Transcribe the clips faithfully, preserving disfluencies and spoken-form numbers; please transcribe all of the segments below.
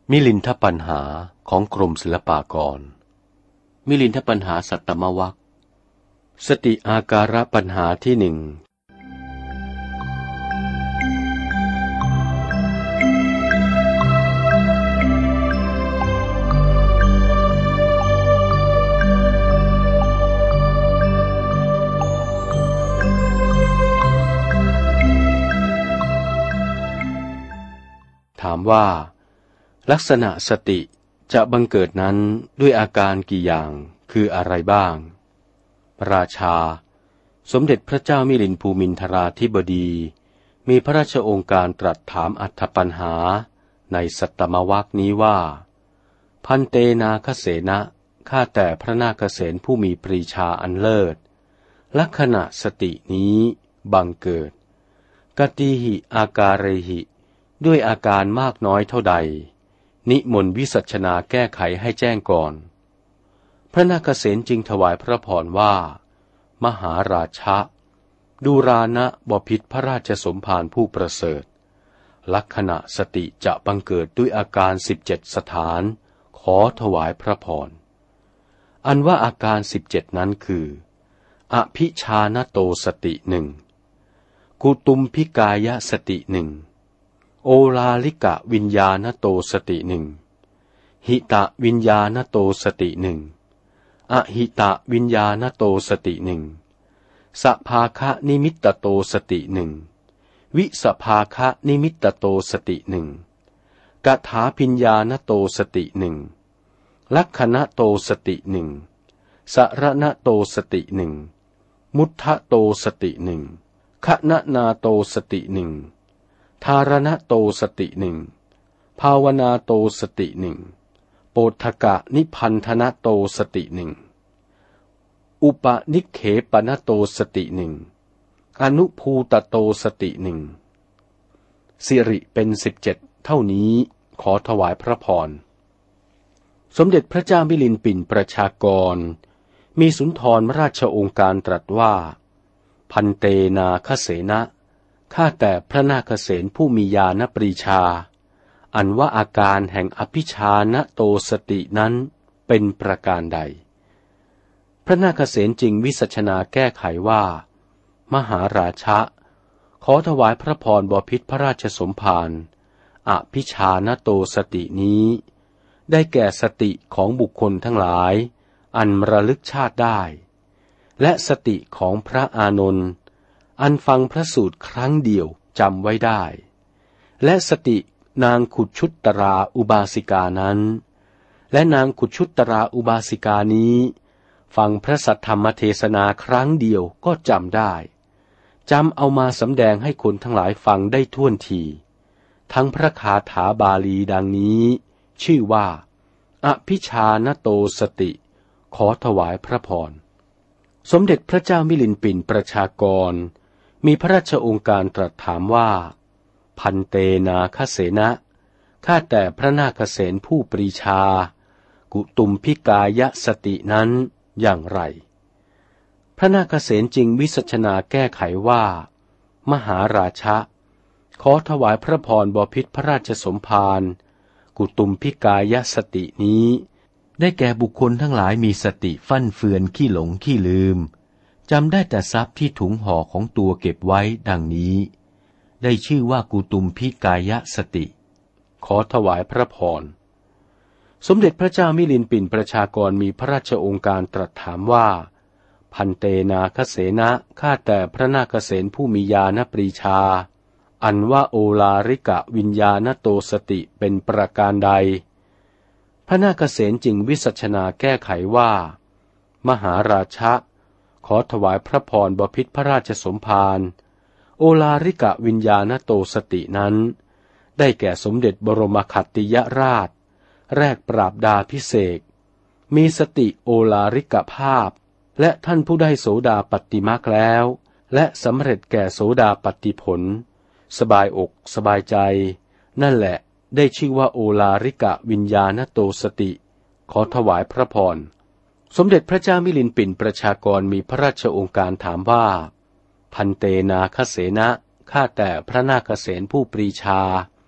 มิลินทปัญหาของกรมศิลปากรมิลินทปัญหาสัตตมวรรคสติอาการะปัญหาที่หนึ่งถามว่าลักษณะสติจะบังเกิดนั้นด้วยอาการกี่อย่างคืออะไรบ้างราชาสมเด็จพระเจ้ามิลินภูมินทราธิบดีมีพระราชโองการตรัสถามอรรถปัญหาในสัตตมวรรคนี้ว่าพันเตนาคเสนะข้าแต่พระนาคเสนผู้มีปรีชาอันเลิศลักษณะสตินี้บังเกิดกติหิอาการเรหิด้วยอาการมากน้อยเท่าใดนิมนต์วิสัชนาแก้ไขให้แจ้งก่อนพระนาคเสนจึงถวายพระพรว่ามหาราชะดูรานะบพิตรพระราชสมภารผู้ประเสริฐลักษณะสติจะบังเกิดด้วยอาการสิบเจ็ดสถานขอถวายพระพรอันว่าอาการสิบเจ็ดนั้นคืออภิชานโตสติหนึ่งกุตุมพิกายสติหนึ่งโอลาลิกะวิญญาณโตสติหนึ่งหิตะวิญญาณโตสติหนึ่งอหิตะวิญญาณโตสติหนึ่งสภาคะนิมิตโตสติหนึ่งวิสภาคะนิมิตโตสติหนึ่งกถาพิญญาณโตสติหนึ่งลักขณโตสติหนึ่งสรณโตสติหนึ่งมุทธโตสติหนึ่งขณนาโตสติหนึ่งธารณโตสติหนึ่งภาวนาโตสติหนึ่งโปฏกะนิพันธนโตสติหนึ่งอุปนิเขปนโตสติหนึ่งอนุภูตโตสติหนึ่งสิริเป็นสิบเจ็ดเท่านี้ขอถวายพระพรสมเด็จพระเจ้ามิลินปินประชากรมีสุนทรราชโองการตรัสว่าพันเตนาคเสนะข้าแต่พระนาคเสนผู้มีญาณปรีชาอันว่าอาการแห่งอภิชานโตสตินั้นเป็นประการใดพระนาคเสนจึงวิสัชนาแก้ไขว่ามหาราชะขอถวายพระพรบพิตรพระราชสมภารอภิชานโตสตินี้ได้แก่สติของบุคคลทั้งหลายอันระลึกชาติได้และสติของพระอานนท์อันฟังพระสูตรครั้งเดียวจำไว้ได้และสตินางขุชุตตราอุบาสิกานั้นและนางขุชุตตราอุบาสิกานี้ฟังพระสัทธรรมเทศนาครั้งเดียวก็จำได้จำเอามาสำแดงให้คนทั้งหลายฟังได้ท่วนทีทั้งพระคาถาบาลีดังนี้ชื่อว่าอภิชานโตสติขอถวายพระพรสมเด็จพระเจ้ามิลินปินประชากรมีพระราชโองการตรัสถามว่าพันเตนาคเสนะข้าแต่พระนาคเสนผู้ปรีชากุตุมพิกายสตินั้นอย่างไรพระนาคเสนจึงวิสัชนาแก้ไขว่ามหาราชะขอถวายพระพรบพิตรพระราชสมภารกุตุมพิกายสตินี้ได้แก่บุคคลทั้งหลายมีสติฟั่นเฟือนขี้หลงขี้ลืมจำได้แต่ทรัพย์ที่ถุงห่อของตัวเก็บไว้ดังนี้ได้ชื่อว่ากุตุมพิกายสติขอถวายพระพรสมเด็จพระเจ้ามิลินปินประชากรมีพระราชโองการตรัสถามว่าพันเตนาคเสนะข้าแต่พระนาคเสนผู้มีญาณปรีชาอันว่าโอลาริกะวิญญาณโตสติเป็นประการใดพระนาคเสนจึงวิสัชนาแก้ไขว่ามหาราชะขอถวายพระพรบพิตรพระราชสมภารโอลาริกะวิญญาณโตสตินั้นได้แก่สมเด็จบรมขัตติยราชแรกปราบดาพิเศษมีสติโอลาริกภาพและท่านผู้ได้โสดาปัตติมรรคแล้วและสำเร็จแก่โสดาปัตติผลสบายอกสบายใจนั่นแหละได้ชื่อว่าโอลาริกะวิญญาณโตสติขอถวายพระพรสมเด็จพระเจ้ามิลินปินประชากรมีพระราชโองการถามว่าพันเตนาคเสนะข้าแต่พระนาคเสนผู้ปรีชา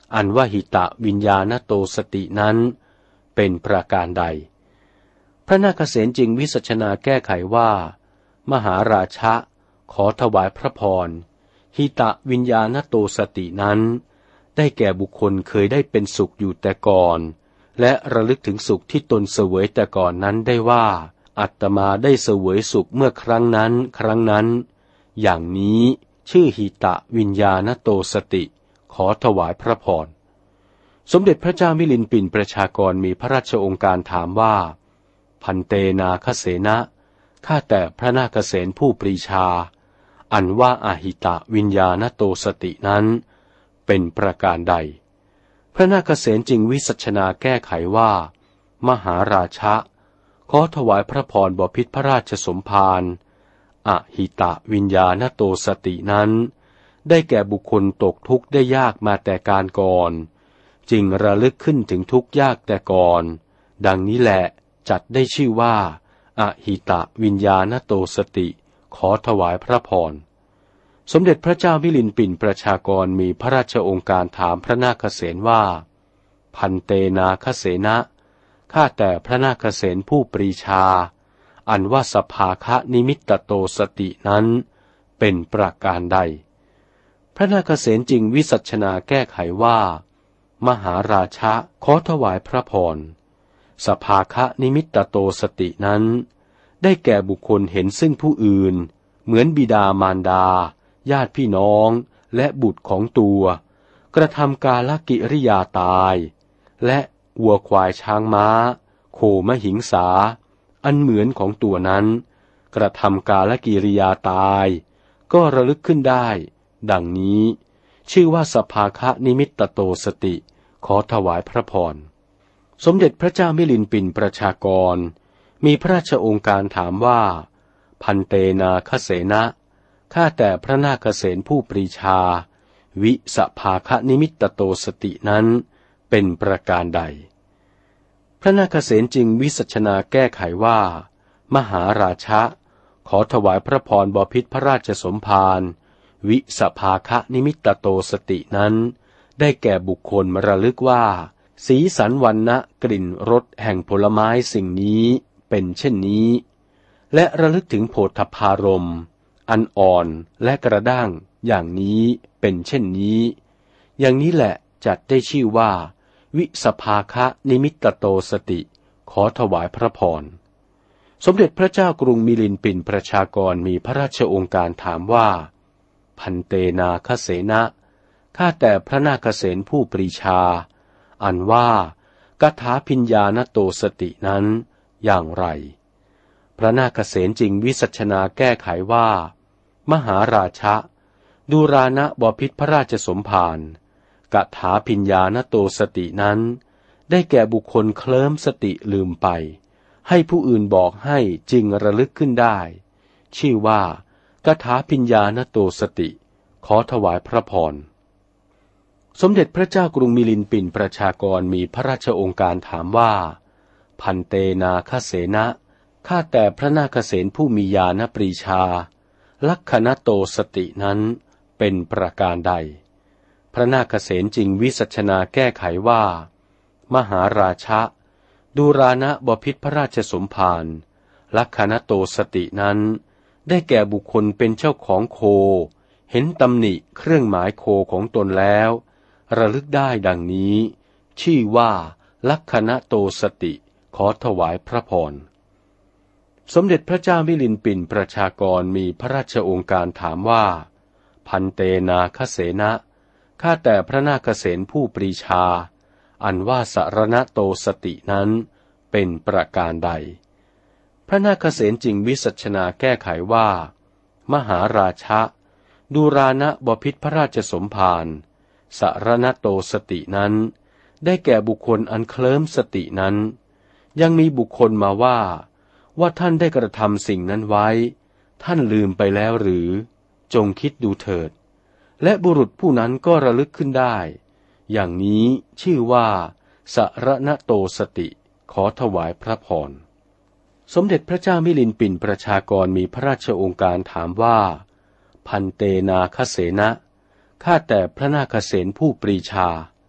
อันว่าหิตะวิญญาณโตสตินั้นเป็นประการใดพระนาคเษนจึงวิสัชนาแก้ไขว่ามหาราชะขอถวายพระพรหิตะวิญญาณโตสตินั้นได้แก่บุคคลเคยได้เป็นสุขอยู่แต่ก่อนและระลึกถึงสุขที่ตนเสวยแต่ก่อนนั้นได้ว่าอัตมาได้เสวยสุขเมื่อครั้งนั้นครั้งนั้นอย่างนี้ชื่อหิตะวิญญาณโตสติขอถวายพระพรสมเด็จพระเจ้ามิลินปินประชากรมีพระราชโองการถามว่าพันเตนาคเสนะข้าแต่พระนาคเษนผู้ปรีชาอันว่าอหิตะวิญญาณโตสตินั้นเป็นประการใดพระนาคเษนจึงวิสัชนาแก้ไขว่ามหาราชะขอถวายพระพรบพิตรพระราชสมภารอหิตะวิญญาณโตสตินั้นได้แก่บุคคลตกทุกข์ได้ยากมาแต่การก่อนจึงระลึกขึ้นถึงทุกข์ยากแต่ก่อนดังนี้แหละจัดได้ชื่อว่าอหิตะวิญญาณโตสติขอถวายพระพรสมเด็จพระเจ้ามิลินปินประชากรมีพระราชโองการถามพระนาคเษนว่าพันเตนาคเสนะข้าแต่พระนาคเษนผู้ปรีชาอันว่าสภาคะนิมิตโตสตินั้นเป็นประการใดพระนาคเษนจึงวิสัชนาแก้ไขว่ามหาราชะขอถวายพระพรสภาคะนิมิตโตสตินั้นได้แก่บุคคลเห็นซึ่งผู้อื่นเหมือนบิดามารดาญาติพี่น้องและบุตรของตัวกระทำกาลกิริยาตายและวัวควายช้างม้าโคมหิงสาอันเหมือนของตัวนั้นกระทำกาลกิริยาตายก็ระลึกขึ้นได้ดังนี้ชื่อว่าสภาคะนิมิตโตสติขอถวายพระพรสมเด็จพระเจ้ามิลินปินประชากรมีพระราชโองการถามว่าพันเตนาคเสนะข้าแต่พระนาคเษนผู้ปรีชาวิสภาคะนิมิตโตสตินั้นเป็นประการใดพระนาคเษนจึงวิสัชนาแก้ไขว่ามหาราชะขอถวายพระพรบพิตรพระราชสมภารวิสภาคะนิมิตโตสตินั้นได้แก่บุคคลระลึกว่าสีสันวรรณะกลิ่นรสแห่งผลไม้สิ่งนี้เป็นเช่นนี้และระลึกถึงโผฏฐัพพารมณ์อันอ่อนและกระด้างอย่างนี้เป็นเช่นนี้อย่างนี้แหละจัดได้ชื่อว่าวิสภาคะนิมิตโตสติขอถวายพระพรสมเด็จพระเจ้ากรุงมิลินปินประชากรมีพระราชโองการถามว่าพันเตนาคเสนะข้าแต่พระนาคเษนผู้ปรีชาอันว่ากถาพิญญาณโตสตินั้นอย่างไรพระนาคเษนจึงวิสัชนาแก้ไขว่ามหาราชะดูรานะบพิตรพระราชสมภารกถาพิญญาณโตสตินั้นได้แก่บุคคลเคลิ้มสติลืมไปให้ผู้อื่นบอกให้จึงระลึกขึ้นได้ชื่อว่ากถาพิญญาณโตสติขอถวายพระพรสมเด็จพระเจ้ากรุงมิลินปินประชากรมีพระราชโองการถามว่าพันเตนาคเสนะข้าแต่พระนาคเษนผู้มีญาณปรีชาลักขณโตสตินั้นเป็นประการใดพระนาคเษนจึงวิสัชนาแก้ไขว่ามหาราชะดูรานะบพิตรพระราชสมภารลักขณโตสตินั้นได้แก่บุคคลเป็นเจ้าของโคเห็นตำหนิเครื่องหมายโคของตนแล้วระลึกได้ดังนี้ชื่อว่าลักขณโตสติขอถวายพระพรสมเด็จพระเจ้ามิลินปินประชากรมีพระราชโองการถามว่าพันเตนาคเสนะข้าแต่พระนาคเษนผู้ปรีชาอันว่าสรณโตสตินั้นเป็นประการใดพระนาคเษนจึงวิสัชนาแก้ไขว่ามหาราชะดูรานะบพิตรพระราชสมภารสรณโตสตินั้นได้แก่บุคคลอันเคลิ้มสตินั้นยังมีบุคคลมาว่าว่าท่านได้กระทำสิ่งนั้นไว้ท่านลืมไปแล้วหรือจงคิดดูเถิดและบุรุษผู้นั้นก็ระลึกขึ้นได้อย่างนี้ชื่อว่าสรณโตสติขอถวายพระพรสมเด็จพระเจ้ามิลินปินประชากรมีพระราชโองการถามว่าพันเตนาคเสนะข้าแต่พระนาคเษนผู้ปรีชา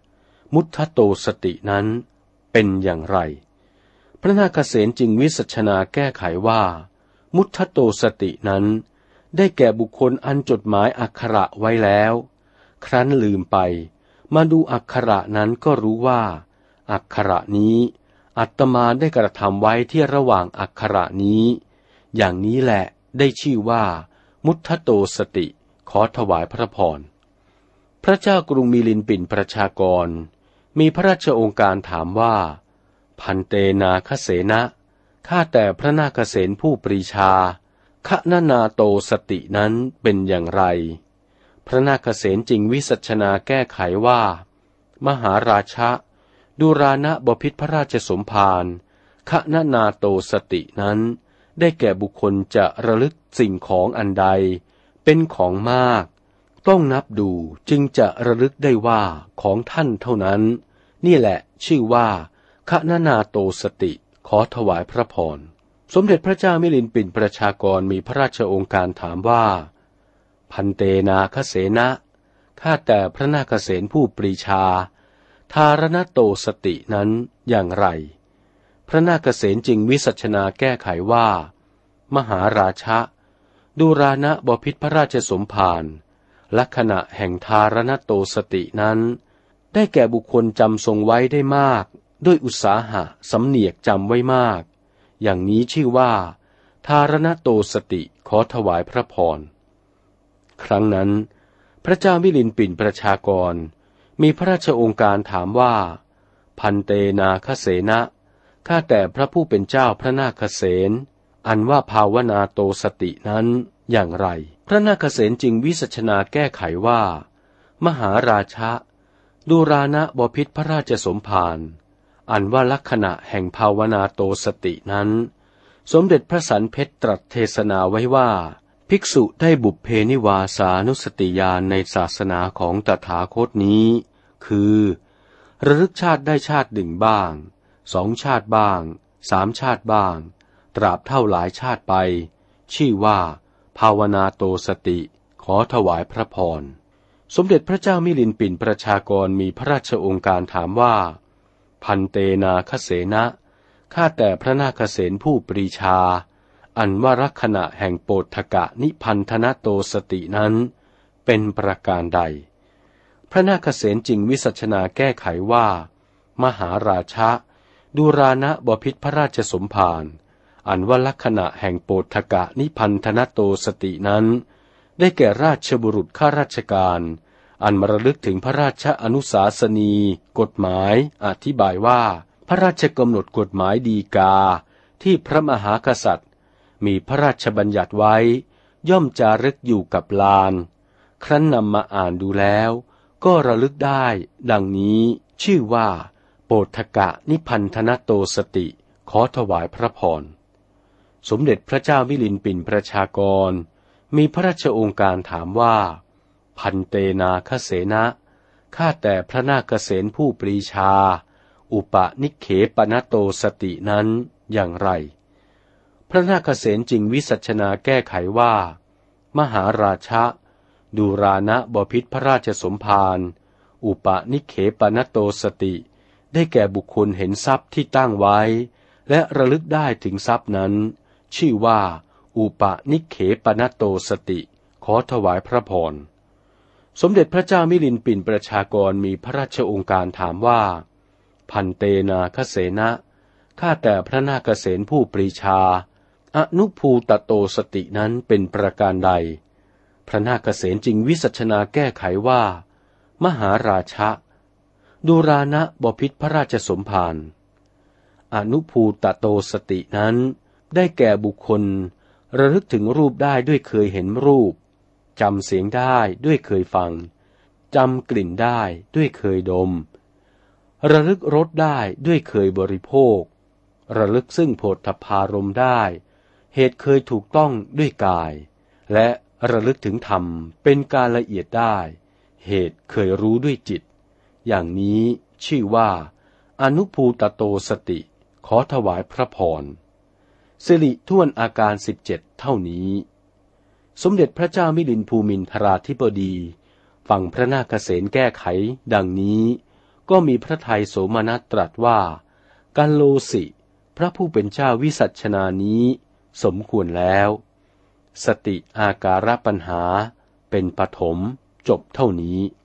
มุทัตโตสตินั้นเป็นอย่างไรพระนาคเษนจึงวิสัชนาแก้ไขว่ามุทัตโตสตินั้นได้แก่บุคคลอันจดหมายอักขระไว้แล้วครั้นลืมไปมาดูอักขระนั้นก็รู้ว่าอักขระนี้อาตมาได้กระทำไว้ที่ระหว่างอักขระนี้อย่างนี้แหละได้ชื่อว่ามุทัตโตสติขอถวายพระพรพระเจ้ากรุงมิลินปินประชากรมีพระราชโองการถามว่าพันเตนาคเสนะข้าแต่พระนาคเษนผู้ปรีชาคะนานาโตสตินั้นเป็นอย่างไรพระนาคเษนจึงวิสัชนาแก้ไขว่ามหาราชะดูรานะบพิตรพระราชสมภารคะนานาโตสตินั้นได้แก่บุคคลจะระลึกสิ่งของอันใดเป็นของมากต้องนับดูจึงจะระลึกได้ว่าของท่านเท่านั้นนี่แหละชื่อว่าคะนานาโตสติขอถวายพระพรสมเด็จพระเจ้ามิลินปินประชากรมีพระราชโองการถามว่าพันเตนาคเสนะข้าแต่พระนาคเษนผู้ปรีชาธารณโตสตินั้นอย่างไรพระนาคเษนจึงวิสัชนาแก้ไขว่ามหาราชะดูรานะบพิตรพระราชสมภารลักษณะแห่งธารณโตสตินั้นได้แก่บุคคลจำทรงไว้ได้มากด้วยอุตสาหะสำเนียกจำไว้มากอย่างนี้ชื่อว่าธารณโตสติขอถวายพระพรครั้งนั้นพระเจ้ามิลินปินประชากรมีพระราชโองการถามว่าพันเตนาคเสนะข้าแต่พระผู้เป็นเจ้าพระนาคเษนอันว่าภาวนาโตสตินั้นอย่างไรพระนาคเษนจึงวิสัชนาแก้ไขว่ามหาราชะดูรานะบพิตรพระราชสมภารอันว่าลักษณะแห่งภาวนาโตสตินั้นสมเด็จพระสันเพชรตรัสเทศนาไว้ว่าภิกษุได้บุพเพนิวาสานุสติญาณในศาสนาของตถาคตนี้คือระลึกชาติได้ชาติหนึ่งบ้างสองชาติบ้างสามชาติบ้างตราบเท่าหลายชาติไปชื่อว่าภาวนาโตสติขอถวายพระพรสมเด็จพระเจ้ามิลินปินประชากรมีพระราชโองการถามว่าพันเตนาคเสนะข้าแต่พระนาคเษนผู้ปรีชาอันว่าลักษณะแห่งโปฏฐกะนิพันธนโตสตินั้นเป็นประการใดพระนาคเษนจึงวิสัชนาแก้ไขว่ามหาราชะดูรานะบพิตรพระราชสมภารอันว่าลักษณะแห่งโปฏฐกะนิพันธนโตสตินั้นได้แก่ราชบุรุษข้าราชการอันมระลึกถึงพระราชอนุสาสนีกฎหมายอธิบายว่าพระราชกำหนดกฎหมายฎีกาที่พระมหากษัตริย์มีพระราชบัญญัติไว้ย่อมจารึกอยู่กับลานครั้นนำมาอ่านดูแล้วก็ระลึกได้ดังนี้ชื่อว่าโปฏฐกะนิพันธนโตสติขอถวายพระพรสมเด็จพระเจ้ามิลินปินประชากรมีพระราชโองการถามว่าพันเตนาคเสนะข้าแต่พระนาคเษนผู้ปรีชาอุปนิเขปนโตสตินั้นอย่างไรพระนาคเษนจึงวิสัชนาแก้ไขว่ามหาราชะดูรานะบพิตรพระราชสมภารอุปนิเขปนโตสติได้แก่บุคคลเห็นทรัพย์ที่ตั้งไว้และระลึกได้ถึงทรัพย์นั้นชื่อว่าอุปนิเขปนโตสติขอถวายพระพรสมเด็จพระเจ้ามิลินปินประชากรมีพระราชโองการถามว่าพันเตนาคเสนะข้าแต่พระนาคเษนผู้ปรีชาอนุภูตโตสตินั้นเป็นประการใดพระนาคเษนจึงวิสัชนาแก้ไขว่ามหาราชะดูรานะบพิตรพระราชสมภารอนุภูตโตสตินั้นได้แก่บุคคลระลึกถึงรูปได้ด้วยเคยเห็นรูปจำเสียงได้ด้วยเคยฟังจำกลิ่นได้ด้วยเคยดมระลึกรสได้ด้วยเคยบริโภคระลึกซึ่งโผฏฐัพพารมณ์ได้เหตุเคยถูกต้องด้วยกายและระลึกถึงธรรมเป็นการละเอียดได้เหตุเคยรู้ด้วยจิตอย่างนี้ชื่อว่าอนุภูตโตสติขอถวายพระพรสิริท่วนอาการสิบเจ็ดเท่านี้สมเด็จพระเจ้ามิลินภูมินทราธิบดีฟังพระนาคเษนแก้ไขดังนี้ก็มีพระทัยโสมนัสตรัสว่ากัลโลสิพระผู้เป็นเจ้าวิสัชนานี้สมควรแล้วสติอาการปัญหาเป็นปฐมจบเท่านี้